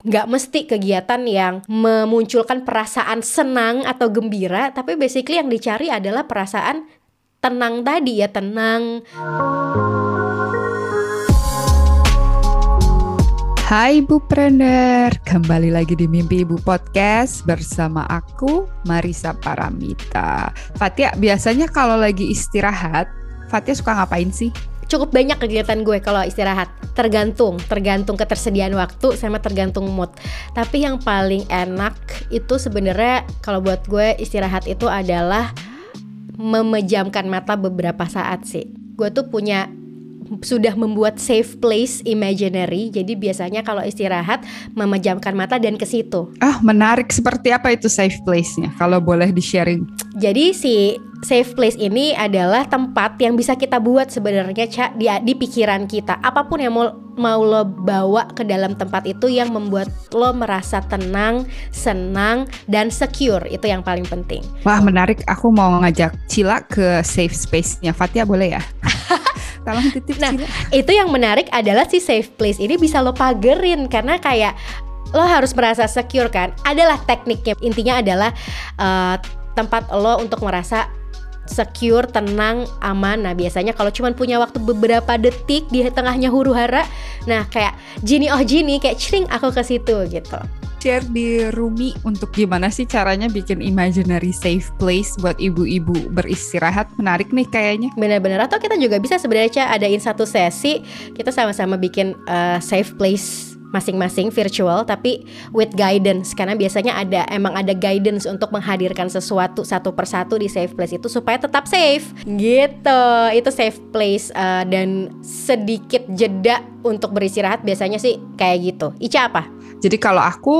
nggak mesti kegiatan yang memunculkan perasaan senang atau gembira, tapi basically yang dicari adalah perasaan tenang tadi ya, tenang. Hai Bupreneur, kembali lagi di Mimpi Ibu Podcast bersama aku Marisa Paramita. Fatia, biasanya kalau lagi istirahat, Fatia suka ngapain sih? Cukup banyak kegiatan gue kalau istirahat, tergantung ketersediaan waktu sama tergantung mood. Tapi yang paling enak itu sebenarnya kalau buat gue istirahat itu adalah memejamkan mata beberapa saat sih. Gue tuh sudah membuat safe place imaginary. Jadi biasanya kalau istirahat memejamkan mata dan ke situ. Menarik. Seperti apa itu safe place-nya? Kalau boleh di-sharing. Jadi si safe place ini adalah tempat yang bisa kita buat sebenarnya di pikiran kita. Apapun yang mau lo bawa ke dalam tempat itu yang membuat lo merasa tenang, senang, dan secure. Itu yang paling penting. Wah, menarik. Aku mau ngajak Cila ke safe space-nya. Fatia boleh ya? Tolong titip Cila. Itu yang menarik adalah si safe place ini bisa lo pagerin. Karena kayak lo harus merasa secure kan. Adalah tekniknya. Intinya adalah tempat lo untuk merasa secure, tenang, aman. Nah biasanya kalau cuma punya waktu beberapa detik di tengahnya huru hara, nah kayak Gini kayak cering aku ke situ gitu. Share di Rumi untuk gimana sih caranya bikin imaginary safe place buat ibu-ibu beristirahat. Menarik nih kayaknya. Benar-benar. Atau kita juga bisa sebenarnya adain satu sesi, kita sama-sama bikin safe place masing-masing virtual tapi with guidance, karena biasanya emang ada guidance untuk menghadirkan sesuatu satu persatu di safe place itu supaya tetap safe gitu. Itu safe place dan sedikit jeda untuk beristirahat biasanya sih kayak gitu. Ica apa? Jadi kalau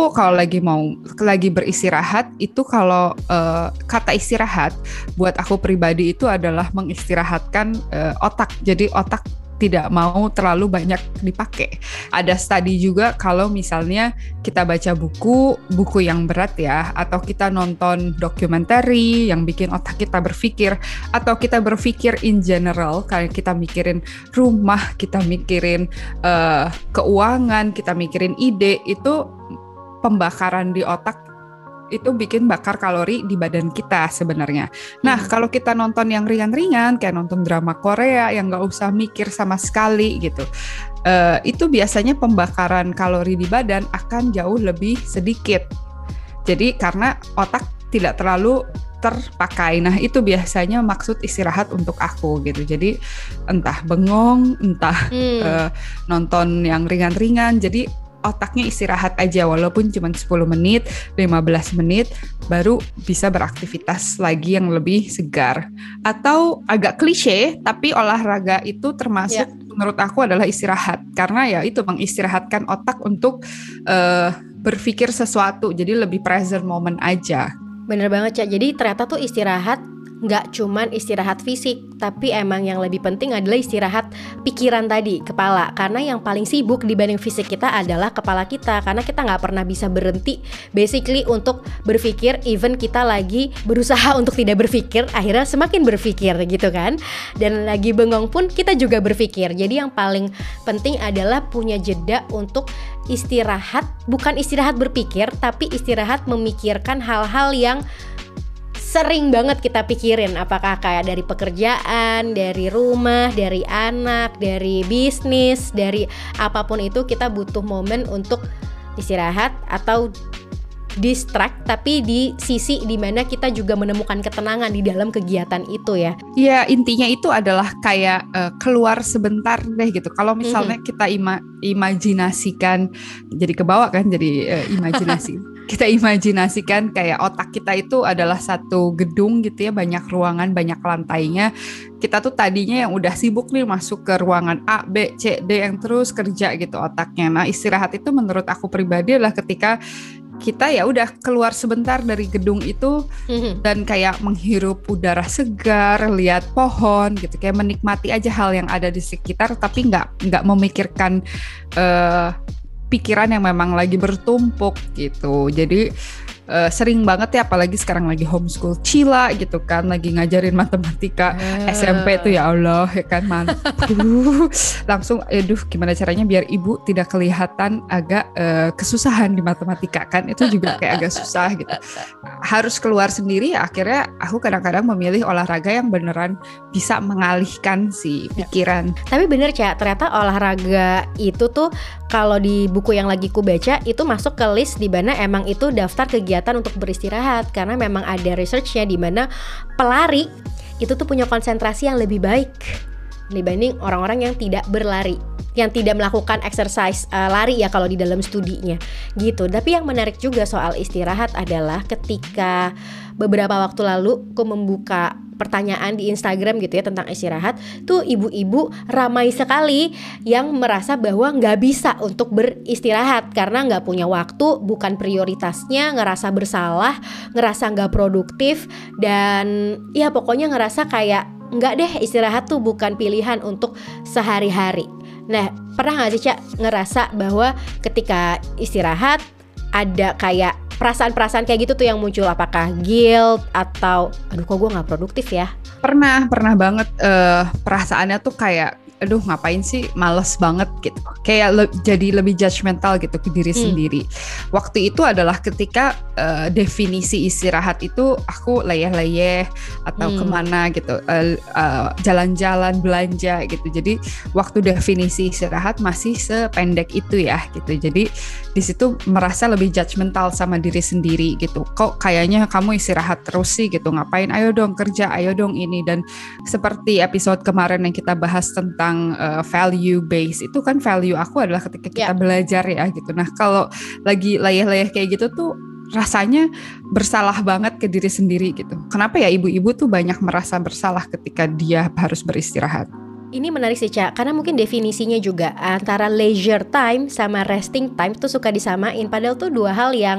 lagi beristirahat itu kalau kata istirahat buat aku pribadi itu adalah mengistirahatkan otak. Jadi otak tidak mau terlalu banyak dipakai. Ada studi juga kalau misalnya kita baca buku yang berat ya, atau kita nonton dokumenter yang bikin otak kita berpikir, atau kita berpikir in general, kayak kita mikirin rumah, kita mikirin keuangan, kita mikirin ide, itu pembakaran di otak itu bikin bakar kalori di badan kita sebenarnya. Nah, kalau kita nonton yang ringan-ringan, kayak nonton drama Korea yang nggak usah mikir sama sekali gitu, itu biasanya pembakaran kalori di badan akan jauh lebih sedikit. Jadi karena otak tidak terlalu terpakai. Nah, itu biasanya maksud istirahat untuk aku gitu. Jadi entah bengong, entah nonton yang ringan-ringan. Jadi otaknya istirahat aja walaupun cuma 10 menit, 15 menit baru bisa beraktivitas lagi yang lebih segar. Atau agak klise, tapi olahraga itu termasuk menurut aku adalah istirahat. Karena ya itu mengistirahatkan otak untuk berpikir sesuatu, jadi lebih present moment aja. Bener banget, Cak. Jadi ternyata tuh istirahat nggak cuman istirahat fisik, tapi emang yang lebih penting adalah istirahat pikiran tadi, kepala. Karena yang paling sibuk dibanding fisik kita adalah kepala kita. Karena kita nggak pernah bisa berhenti basically untuk berpikir. Even kita lagi berusaha untuk tidak berpikir, akhirnya semakin berpikir gitu kan. Dan lagi bengong pun kita juga berpikir. Jadi yang paling penting adalah punya jeda untuk istirahat. Bukan istirahat berpikir, tapi istirahat memikirkan hal-hal yang sering banget kita pikirin, apakah kayak dari pekerjaan, dari rumah, dari anak, dari bisnis, dari apapun itu. Kita butuh momen untuk istirahat atau distract, tapi di sisi dimana kita juga menemukan ketenangan di dalam kegiatan itu ya. Ya intinya itu adalah kayak keluar sebentar deh gitu. Kalau misalnya kita imajinasikan, jadi kebawa kan jadi imajinasi. Kita imajinasikan kayak otak kita itu adalah satu gedung gitu ya, banyak ruangan, banyak lantainya. Kita tuh tadinya yang udah sibuk nih masuk ke ruangan A, B, C, D yang terus kerja gitu otaknya. Nah istirahat itu menurut aku pribadi adalah ketika kita ya udah keluar sebentar dari gedung itu dan kayak menghirup udara segar, lihat pohon gitu, kayak menikmati aja hal yang ada di sekitar, tapi nggak memikirkan pikiran yang memang lagi bertumpuk gitu. Jadi sering banget ya, apalagi sekarang lagi homeschool Cila gitu kan, lagi ngajarin matematika SMP tuh, ya Allah ya kan, langsung aduh gimana caranya biar ibu tidak kelihatan agak kesusahan di matematika kan, itu juga kayak agak susah gitu. Harus keluar sendiri, akhirnya aku kadang-kadang memilih olahraga yang beneran bisa mengalihkan si pikiran. Tapi bener Ca, ternyata olahraga itu tuh kalau di buku yang lagi ku baca itu masuk ke list di mana emang itu daftar kegiatan untuk beristirahat, karena memang ada researchnya di mana pelari itu tuh punya konsentrasi yang lebih baik dibanding orang-orang yang tidak berlari, yang tidak melakukan exercise lari ya kalau di dalam studinya gitu. Tapi yang menarik juga soal istirahat adalah ketika beberapa waktu lalu aku membuka pertanyaan di Instagram gitu ya tentang istirahat, tuh ibu-ibu ramai sekali yang merasa bahwa nggak bisa untuk beristirahat karena nggak punya waktu, bukan prioritasnya, ngerasa bersalah, ngerasa nggak produktif, dan ya pokoknya ngerasa kayak nggak deh, istirahat tuh bukan pilihan untuk sehari-hari. Nah, pernah nggak sih Cak ngerasa bahwa ketika istirahat ada kayak perasaan-perasaan kayak gitu tuh yang muncul, apakah guilt atau aduh kok gue nggak produktif ya? Pernah banget, perasaannya tuh kayak aduh ngapain sih, males banget gitu, kayak jadi lebih judgmental gitu ke diri sendiri. Waktu itu adalah ketika definisi istirahat itu aku leyeh-leyeh atau kemana gitu, jalan-jalan, belanja gitu. Jadi waktu definisi istirahat masih sependek itu ya gitu. Jadi di situ merasa lebih judgmental sama diri sendiri gitu. Kok kayaknya kamu istirahat terus sih gitu, ngapain, ayo dong kerja, ayo dong ini. Dan seperti episode kemarin yang kita bahas tentang value base, itu kan value aku adalah ketika kita belajar ya gitu. Nah kalau lagi leyeh-leyeh kayak gitu tuh rasanya bersalah banget ke diri sendiri gitu. Kenapa ya ibu-ibu tuh banyak merasa bersalah ketika dia harus beristirahat? Ini menarik sih Ca, karena mungkin definisinya juga antara leisure time sama resting time tuh suka disamain, padahal tuh dua hal yang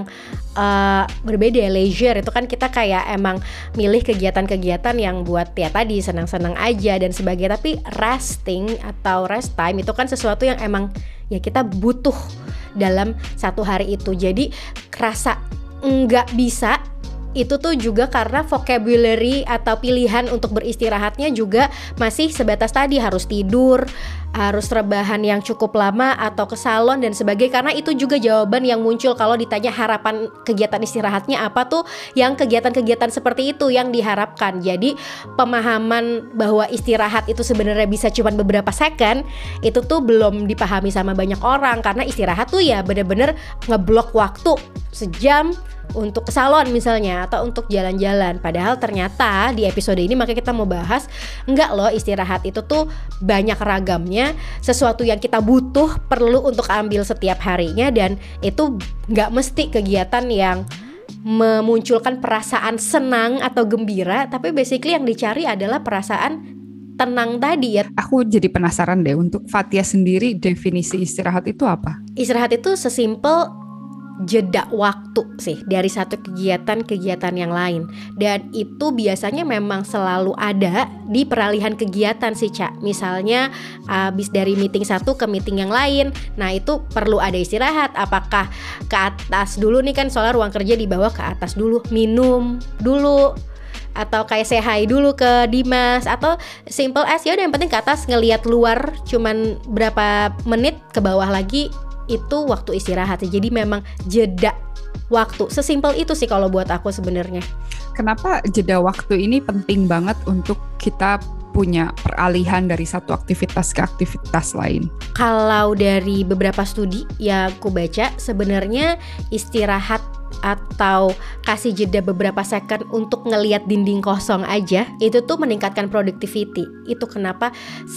berbeda. Leisure itu kan kita kayak emang milih kegiatan-kegiatan yang buat ya tadi senang-senang aja dan sebagainya, tapi resting atau rest time itu kan sesuatu yang emang ya kita butuh dalam satu hari itu. Jadi rasa nggak bisa itu tuh juga karena vocabulary atau pilihan untuk beristirahatnya juga masih sebatas tadi, harus tidur, harus rebahan yang cukup lama atau ke salon dan sebagainya. Karena itu juga jawaban yang muncul kalau ditanya harapan kegiatan istirahatnya apa, tuh yang kegiatan-kegiatan seperti itu yang diharapkan. Jadi pemahaman bahwa istirahat itu sebenarnya bisa cuma beberapa second itu tuh belum dipahami sama banyak orang, karena istirahat tuh ya bener-bener ngeblok waktu sejam untuk ke salon misalnya atau untuk jalan-jalan. Padahal ternyata di episode ini makanya kita mau bahas enggak loh, istirahat itu tuh banyak ragamnya, sesuatu yang kita butuh perlu untuk ambil setiap harinya, dan itu enggak mesti kegiatan yang memunculkan perasaan senang atau gembira, tapi basically yang dicari adalah perasaan tenang tadi ya. Aku jadi penasaran deh, untuk Fathia sendiri definisi istirahat itu apa? Istirahat itu sesimpel jeda waktu sih dari satu kegiatan yang lain, dan itu biasanya memang selalu ada di peralihan kegiatan sih Cak. Misalnya habis dari meeting satu ke meeting yang lain, nah itu perlu ada istirahat. Apakah ke atas dulu nih, kan soalnya ruang kerja di bawah, ke atas dulu minum dulu, atau kayak say hi dulu ke Dimas, atau simple as ya udah yang penting ke atas ngelihat luar cuman berapa menit, ke bawah lagi, itu waktu istirahat. Jadi memang jeda waktu, sesimpel itu sih kalau buat aku sebenarnya. Kenapa jeda waktu ini penting banget untuk kita punya peralihan dari satu aktivitas ke aktivitas lain? Kalau dari beberapa studi yang aku baca, sebenarnya istirahat atau kasih jeda beberapa second untuk ngelihat dinding kosong aja itu tuh meningkatkan productivity. Itu kenapa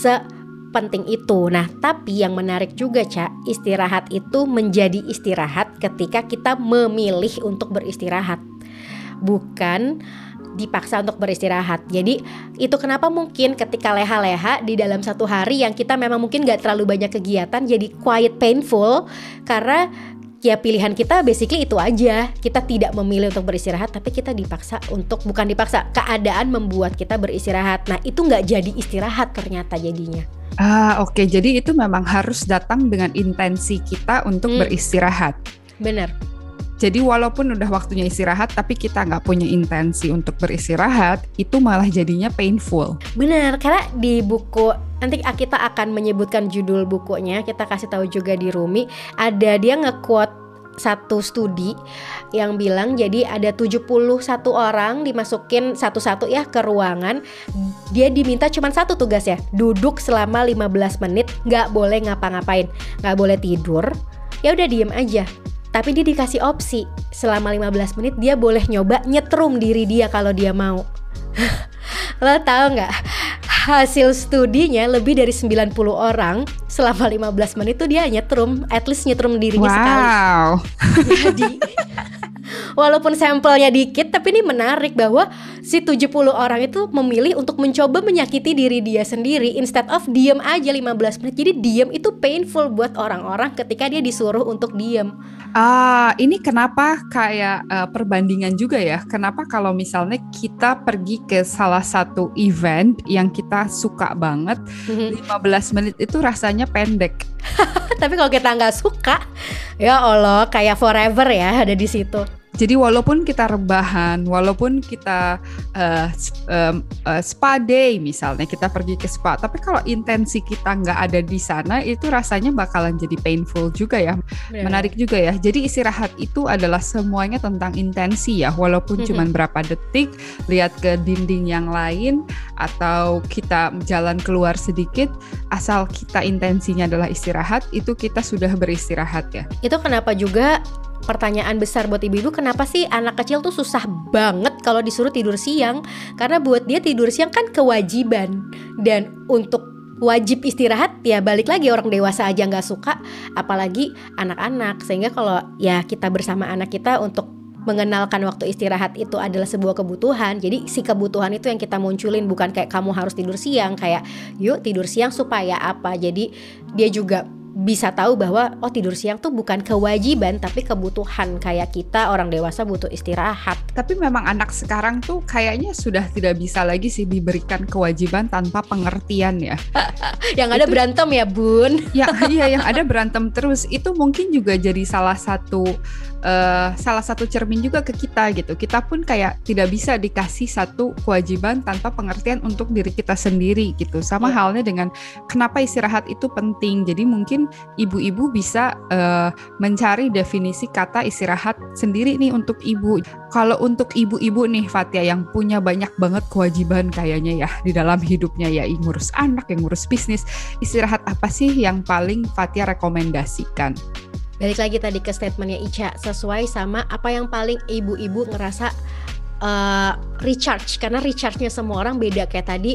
penting itu. Nah, tapi yang menarik juga Cak, istirahat itu menjadi istirahat ketika kita memilih untuk beristirahat, bukan dipaksa untuk beristirahat. Jadi itu kenapa mungkin ketika leha-leha di dalam satu hari yang kita memang mungkin gak terlalu banyak kegiatan, jadi quiet painful, karena ya pilihan kita basically itu aja. Kita tidak memilih untuk beristirahat, tapi kita dipaksa untuk, bukan dipaksa, keadaan membuat kita beristirahat. Nah itu gak jadi istirahat ternyata jadinya. Oke. Jadi itu memang harus datang dengan intensi kita untuk beristirahat. Bener. Jadi walaupun udah waktunya istirahat, tapi kita nggak punya intensi untuk beristirahat, itu malah jadinya painful. Benar, karena di buku, nanti kita akan menyebutkan judul bukunya, kita kasih tahu juga di Rumi, ada dia nge-quote satu studi yang bilang jadi ada 71 orang dimasukin satu-satu ya ke ruangan. Dia diminta cuma satu tugas ya, duduk selama 15 menit, nggak boleh ngapa-ngapain, nggak boleh tidur, ya udah diem aja. Tapi dia dikasih opsi, selama 15 menit dia boleh nyoba nyetrum diri dia kalau dia mau. Lo tahu nggak? Hasil studinya lebih dari 90 orang selama 15 menit tuh dia nyetrum, at least nyetrum dirinya sekali. Jadi walaupun sampelnya dikit, tapi ini menarik bahwa si 70 orang itu memilih untuk mencoba menyakiti diri dia sendiri instead of diem aja 15 menit. Jadi diem itu painful buat orang-orang ketika dia disuruh untuk diem. Ini kenapa kayak perbandingan juga ya. Kenapa kalau misalnya kita pergi ke salah satu event yang kita suka banget, 15 menit itu rasanya pendek. Tapi kalau kita nggak suka, ya Allah, kayak forever ya ada di situ. Jadi walaupun kita rebahan, walaupun kita spa day misalnya, kita pergi ke spa, tapi kalau intensi kita nggak ada di sana, itu rasanya bakalan jadi painful juga ya. Menarik juga ya. Jadi istirahat itu adalah semuanya tentang intensi ya. Walaupun cuman berapa detik, lihat ke dinding yang lain, atau kita jalan keluar sedikit, asal kita intensinya adalah istirahat, itu kita sudah beristirahat ya. Itu kenapa juga pertanyaan besar buat ibu-ibu, kenapa sih anak kecil tuh susah banget kalau disuruh tidur siang? Karena buat dia tidur siang kan kewajiban, dan untuk wajib istirahat ya balik lagi orang dewasa aja nggak suka, apalagi anak-anak. Sehingga kalau ya kita bersama anak kita untuk mengenalkan waktu istirahat itu adalah sebuah kebutuhan. Jadi si kebutuhan itu yang kita munculin, bukan kayak kamu harus tidur siang, kayak yuk tidur siang supaya apa. Jadi dia juga bisa tahu bahwa oh tidur siang tuh bukan kewajiban tapi kebutuhan, kayak kita orang dewasa butuh istirahat. Tapi memang anak sekarang tuh kayaknya sudah tidak bisa lagi sih diberikan kewajiban tanpa pengertian ya. Yang ada itu, berantem ya bun. Iya yang ada berantem terus. Itu mungkin juga jadi salah satu cermin juga ke kita gitu. Kita pun kayak tidak bisa dikasih satu kewajiban tanpa pengertian untuk diri kita sendiri gitu. Sama halnya dengan kenapa istirahat itu penting. Jadi mungkin ibu-ibu bisa mencari definisi kata istirahat sendiri nih untuk ibu. Kalau untuk ibu-ibu nih Fatia yang punya banyak banget kewajiban kayaknya ya di dalam hidupnya, ya ngurus anak, yang ngurus bisnis, istirahat apa sih yang paling Fatia rekomendasikan? Balik lagi tadi ke statementnya Ica, sesuai sama apa yang paling ibu-ibu ngerasa recharge, karena recharge-nya semua orang beda. Kayak tadi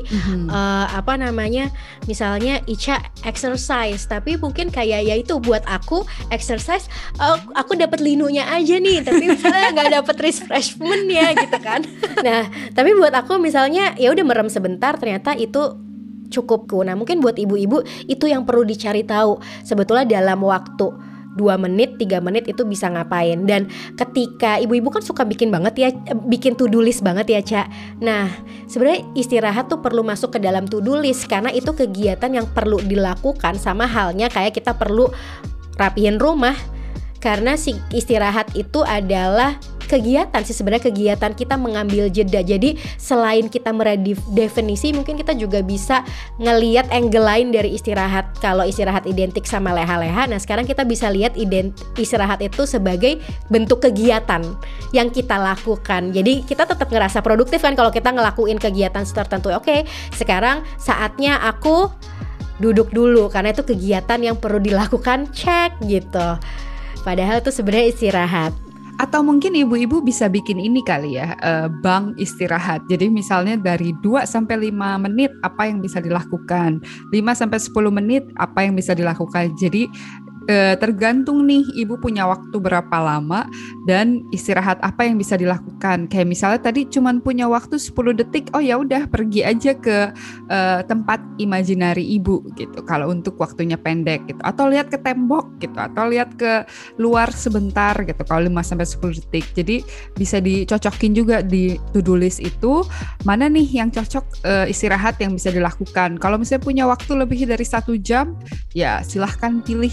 misalnya Ica exercise, tapi mungkin kayak ya itu buat aku exercise, aku dapat linunya aja nih, tapi misalnya nggak dapat refreshment ya gitu kan. Nah tapi buat aku misalnya ya udah merem sebentar, ternyata itu cukupku. Nah mungkin buat ibu-ibu itu yang perlu dicari tahu sebetulnya dalam waktu 2 menit, 3 menit itu bisa ngapain. Dan ketika ibu-ibu kan suka bikin to-do list banget ya Ca. Nah sebenarnya istirahat tuh perlu masuk ke dalam to-do list, karena itu kegiatan yang perlu dilakukan, sama halnya kayak kita perlu rapihin rumah. Karena si istirahat itu adalah kegiatan sih sebenarnya, kegiatan kita mengambil jeda. Jadi selain kita meredefinisi, mungkin kita juga bisa ngelihat angle lain dari istirahat. Kalau istirahat identik sama leha-leha, nah sekarang kita bisa lihat istirahat itu sebagai bentuk kegiatan yang kita lakukan. Jadi kita tetap ngerasa produktif kan kalau kita ngelakuin kegiatan tertentu. Oke, sekarang saatnya aku duduk dulu karena itu kegiatan yang perlu dilakukan, cek gitu. Padahal itu sebenarnya istirahat. Atau mungkin ibu-ibu bisa bikin ini kali ya, bank istirahat. Jadi misalnya dari 2-5 menit apa yang bisa dilakukan, 5-10 menit apa yang bisa dilakukan. Jadi tergantung nih ibu punya waktu berapa lama dan istirahat apa yang bisa dilakukan. Kayak misalnya tadi cuman punya waktu 10 detik, oh ya udah pergi aja ke tempat imajinari ibu gitu. Kalau untuk waktunya pendek gitu, atau lihat ke tembok gitu, atau lihat ke luar sebentar gitu. Kalau 5-10 detik. Jadi bisa dicocokin juga di to-do list itu mana nih yang cocok istirahat yang bisa dilakukan. Kalau misalnya punya waktu lebih dari 1 jam, ya silahkan pilih tuh mau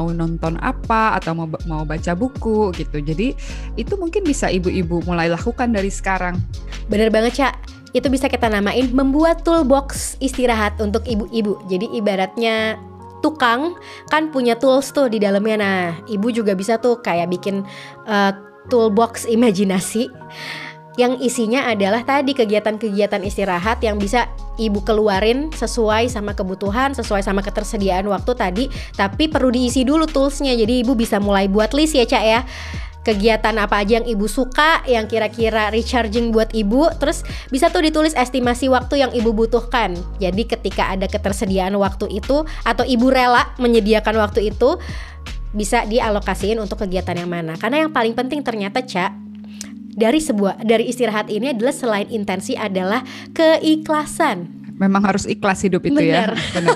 mau nonton apa atau mau baca buku gitu. Jadi itu mungkin bisa ibu-ibu mulai lakukan dari sekarang. Bener banget, Cak. Itu bisa kita namain membuat toolbox istirahat untuk ibu-ibu. Jadi ibaratnya tukang kan punya tools tuh di dalamnya. Nah, ibu juga bisa tuh kayak bikin toolbox imajinasi yang isinya adalah tadi kegiatan-kegiatan istirahat yang bisa ibu keluarin sesuai sama kebutuhan, sesuai sama ketersediaan waktu tadi. Tapi perlu diisi dulu toolsnya. Jadi ibu bisa mulai buat list ya, Cak ya. Kegiatan apa aja yang ibu suka, yang kira-kira recharging buat ibu. Terus bisa tuh ditulis estimasi waktu yang ibu butuhkan. Jadi ketika ada ketersediaan waktu itu atau ibu rela menyediakan waktu itu, bisa dialokasiin untuk kegiatan yang mana. Karena yang paling penting ternyata, Cak, dari istirahat ini adalah selain intensi adalah keikhlasan. Memang harus ikhlas hidup itu. Bener. Ya. Benar.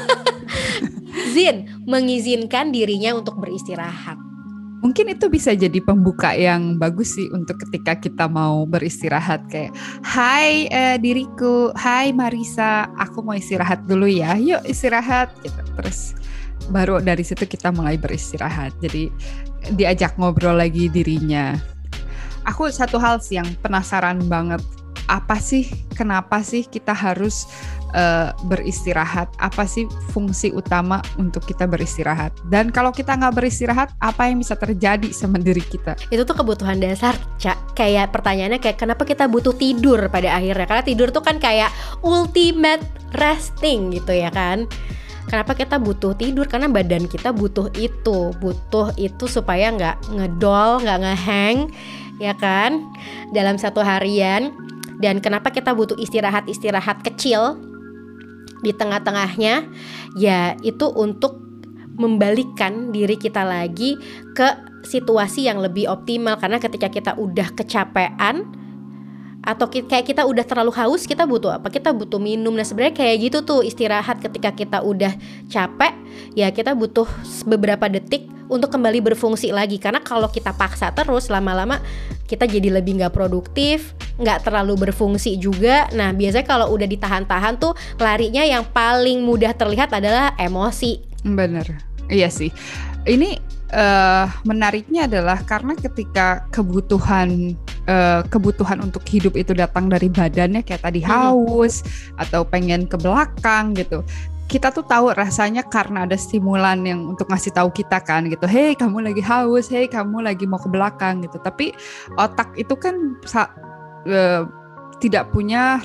Zin mengizinkan dirinya untuk beristirahat. Mungkin itu bisa jadi pembuka yang bagus sih untuk ketika kita mau beristirahat. Kayak, hai diriku, hai Marisa, aku mau istirahat dulu ya, yuk istirahat gitu. Terus baru dari situ kita mulai beristirahat. Jadi diajak ngobrol lagi dirinya. Aku satu hal sih yang penasaran banget, kenapa sih kita harus beristirahat? Apa sih fungsi utama untuk kita beristirahat? Dan kalau kita nggak beristirahat, apa yang bisa terjadi sama diri kita? Itu tuh kebutuhan dasar, Cak. Kayak pertanyaannya kayak kenapa kita butuh tidur pada akhirnya? Karena tidur tuh kan kayak ultimate resting gitu ya kan. Kenapa kita butuh tidur? Karena badan kita butuh itu supaya nggak ngedol, nggak ngehang, ya kan? Dalam satu harian. Dan kenapa kita butuh istirahat kecil di tengah-tengahnya? Ya itu untuk membalikkan diri kita lagi ke situasi yang lebih optimal. Karena ketika kita udah kecapean atau kayak kita udah terlalu haus, kita butuh apa? Kita butuh minum. Nah sebenarnya kayak gitu tuh istirahat. Ketika kita udah capek, ya kita butuh beberapa detik untuk kembali berfungsi lagi. Karena kalau kita paksa terus, lama-lama kita jadi lebih gak produktif, gak terlalu berfungsi juga. Nah biasanya kalau udah ditahan-tahan tuh larinya yang paling mudah terlihat adalah emosi. Bener, iya sih. Ini menariknya adalah karena ketika kebutuhan untuk hidup itu datang dari badannya, kayak tadi haus atau pengen ke belakang gitu, kita tuh tahu rasanya karena ada stimulan yang untuk ngasih tahu kita kan gitu, hey kamu lagi haus, hey kamu lagi mau ke belakang gitu. Tapi otak itu kan tidak punya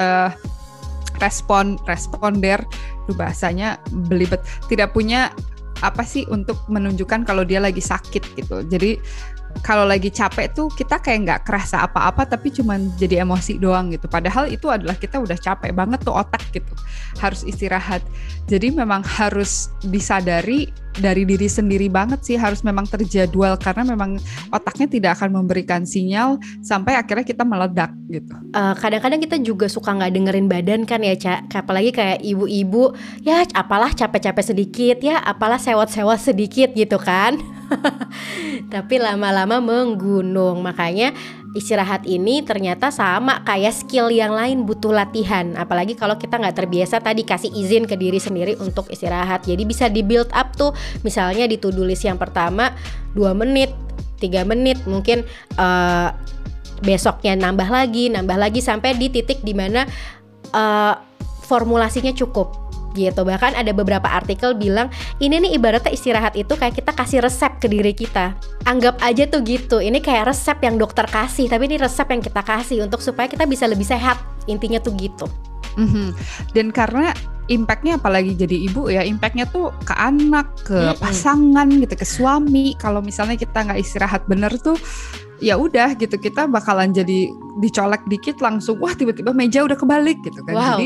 responder, bahasanya belibet, tidak punya apa sih untuk menunjukkan kalau dia lagi sakit gitu. Jadi kalau lagi capek tuh kita kayak nggak kerasa apa-apa, tapi cuman jadi emosi doang gitu. Padahal itu adalah kita udah capek banget tuh otak gitu, harus istirahat. Jadi memang harus disadari dari diri sendiri banget sih, harus memang terjadwal karena memang otaknya tidak akan memberikan sinyal sampai akhirnya kita meledak gitu. Kadang-kadang kita juga suka nggak dengerin badan kan ya, Cak. Apalagi kayak ibu-ibu, ya apalah capek-capek sedikit, ya apalah sewot-sewot sedikit gitu kan. Tapi lama-lama menggunung. Makanya istirahat ini ternyata sama kayak skill yang lain, butuh latihan. Apalagi kalau kita gak terbiasa tadi kasih izin ke diri sendiri untuk istirahat. Jadi bisa di build up tuh. Misalnya di to-do list yang pertama 2 menit, 3 menit. Mungkin besoknya nambah lagi sampai di titik dimana formulasinya cukup gitu. Bahkan ada beberapa artikel bilang ini nih ibaratnya istirahat itu kayak kita kasih resep ke diri kita. Anggap aja tuh gitu, ini kayak resep yang dokter kasih, tapi ini resep yang kita kasih untuk supaya kita bisa lebih sehat. Intinya tuh gitu. Dan karena impactnya apalagi jadi ibu ya, impactnya tuh ke anak, ke pasangan gitu, ke suami. Kalau misalnya kita nggak istirahat bener tuh ya udah gitu, kita bakalan jadi dicolek dikit langsung wah tiba-tiba meja udah kebalik gitu kan. Wow. Jadi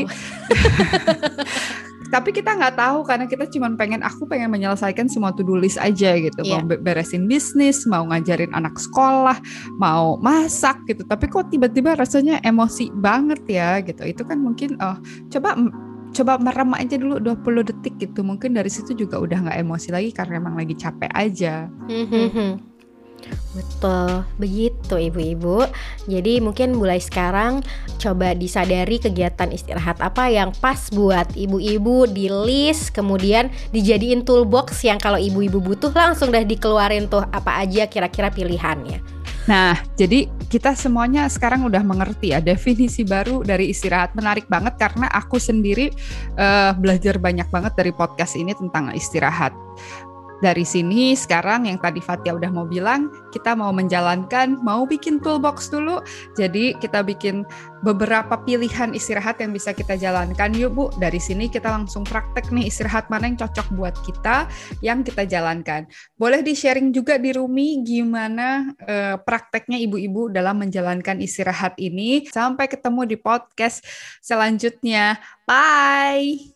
tapi kita nggak tahu karena kita cuma pengen menyelesaikan semua to-do list aja gitu. Mau beresin bisnis, mau ngajarin anak sekolah, mau masak gitu. Tapi kok tiba-tiba rasanya emosi banget ya gitu. Itu kan mungkin coba merem aja dulu 20 detik gitu. Mungkin dari situ juga udah nggak emosi lagi karena emang lagi capek aja. Betul, begitu ibu-ibu. Jadi mungkin mulai sekarang coba disadari kegiatan istirahat apa yang pas buat ibu-ibu, di list, kemudian dijadiin toolbox yang kalau ibu-ibu butuh langsung dah dikeluarin tuh apa aja kira-kira pilihannya. Nah, jadi kita semuanya sekarang udah mengerti ya definisi baru dari istirahat. Menarik banget karena aku sendiri belajar banyak banget dari podcast ini tentang istirahat. Dari sini sekarang yang tadi Fatia udah mau bilang, kita mau menjalankan, mau bikin toolbox dulu. Jadi kita bikin beberapa pilihan istirahat yang bisa kita jalankan. Yuk Bu, dari sini kita langsung praktek nih istirahat mana yang cocok buat kita, yang kita jalankan. Boleh di-sharing juga di Rumi gimana prakteknya ibu-ibu dalam menjalankan istirahat ini. Sampai ketemu di podcast selanjutnya. Bye!